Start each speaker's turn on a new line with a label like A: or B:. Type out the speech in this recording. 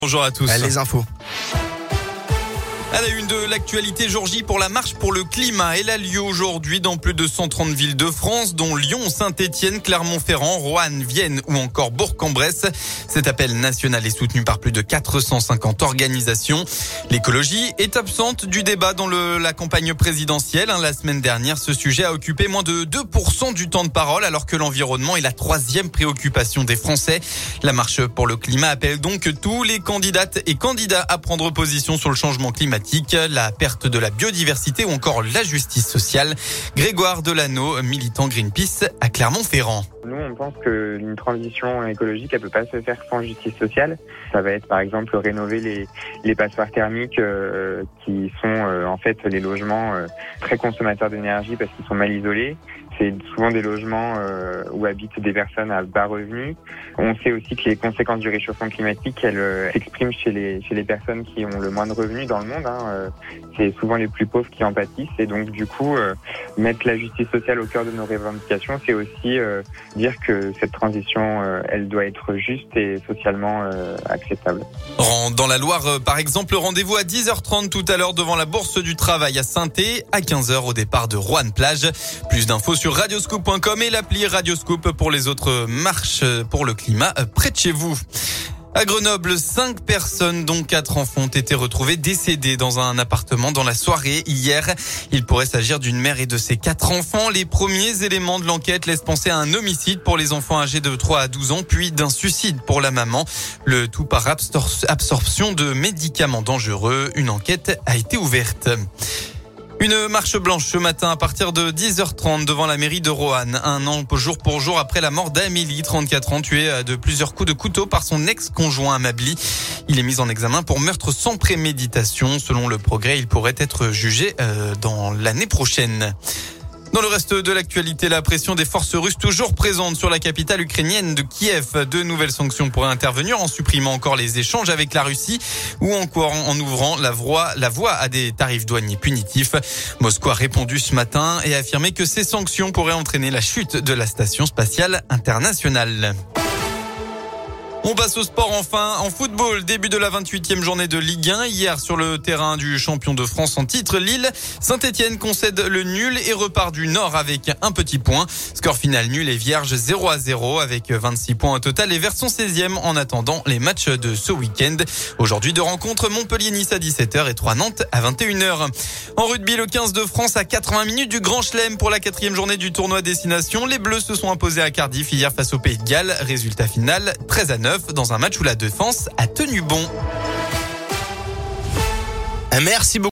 A: Bonjour à tous.
B: Les infos.
A: À la une de l'actualité, jour J pour la marche pour le climat. Elle a lieu aujourd'hui dans plus de 130 villes de France, dont Lyon, Saint-Étienne, Clermont-Ferrand, Roanne, Vienne ou encore Bourg-en-Bresse. Cet appel national est soutenu par plus de 450 organisations. L'écologie est absente du débat dans la campagne présidentielle. La semaine dernière, ce sujet a occupé moins de 2% du temps de parole, alors que l'environnement est la troisième préoccupation des Français. La marche pour le climat appelle donc tous les candidates et candidats à prendre position sur le changement climatique, la perte de la biodiversité ou encore la justice sociale. Grégoire Delano, militant Greenpeace à Clermont-Ferrand.
C: Nous, on pense qu'une transition écologique, elle peut pas se faire sans justice sociale. Ça va être, par exemple, rénover les passoires thermiques qui sont en fait les logements très consommateurs d'énergie parce qu'ils sont mal isolés. C'est souvent des logements où habitent des personnes à bas revenus. On sait aussi que les conséquences du réchauffement climatique, elles s'expriment chez les personnes qui ont le moins de revenus dans le monde. C'est souvent les plus pauvres qui en pâtissent. Et donc, du coup, mettre la justice sociale au cœur de nos revendications, c'est aussi dire que cette transition, elle doit être juste et socialement acceptable.
A: Dans la Loire, par exemple, rendez-vous à 10h30 tout à l'heure devant la Bourse du Travail à Saint-Étienne, à 15h au départ de Roanne-Plage. Plus d'infos sur radioscoop.com et l'appli Radioscoop pour les autres marches pour le climat près de chez vous. À Grenoble, 5 personnes, dont 4 enfants, ont été retrouvées décédées dans un appartement dans la soirée hier. Il pourrait s'agir d'une mère et de ses 4 enfants. Les premiers éléments de l'enquête laissent penser à un homicide pour les enfants âgés de 3 à 12 ans, puis d'un suicide pour la maman. Le tout par absorption de médicaments dangereux. Une enquête a été ouverte. Une marche blanche ce matin à partir de 10h30 devant la mairie de Roanne. Un an jour pour jour après la mort d'Amélie, 34 ans, tuée de plusieurs coups de couteau par son ex-conjoint Amabli. Il est mis en examen pour meurtre sans préméditation. Selon le Progrès, il pourrait être jugé dans l'année prochaine. Dans le reste de l'actualité, la pression des forces russes toujours présente sur la capitale ukrainienne de Kiev. De nouvelles sanctions pourraient intervenir en supprimant encore les échanges avec la Russie ou encore en ouvrant la voie à des tarifs douaniers punitifs. Moscou a répondu ce matin et a affirmé que ces sanctions pourraient entraîner la chute de la station spatiale internationale. On passe au sport enfin. En football, début de la 28e journée de Ligue 1. Hier, sur le terrain du champion de France en titre, Lille, Saint-Étienne concède le nul et repart du Nord avec un petit point. Score final nul et vierge 0-0 avec 26 points au total. Les Verts sont 16e en attendant les matchs de ce week-end. Aujourd'hui, 2 rencontres, Montpellier-Nice à 17h et 3-Nantes à 21h. En rugby, le 15 de France à 80 minutes du Grand Chelem pour la 4e journée du tournoi Destination. Les Bleus se sont imposés à Cardiff hier face au Pays de Galles. Résultat final 13-9. Dans un match où la défense a tenu bon.
B: Merci beaucoup.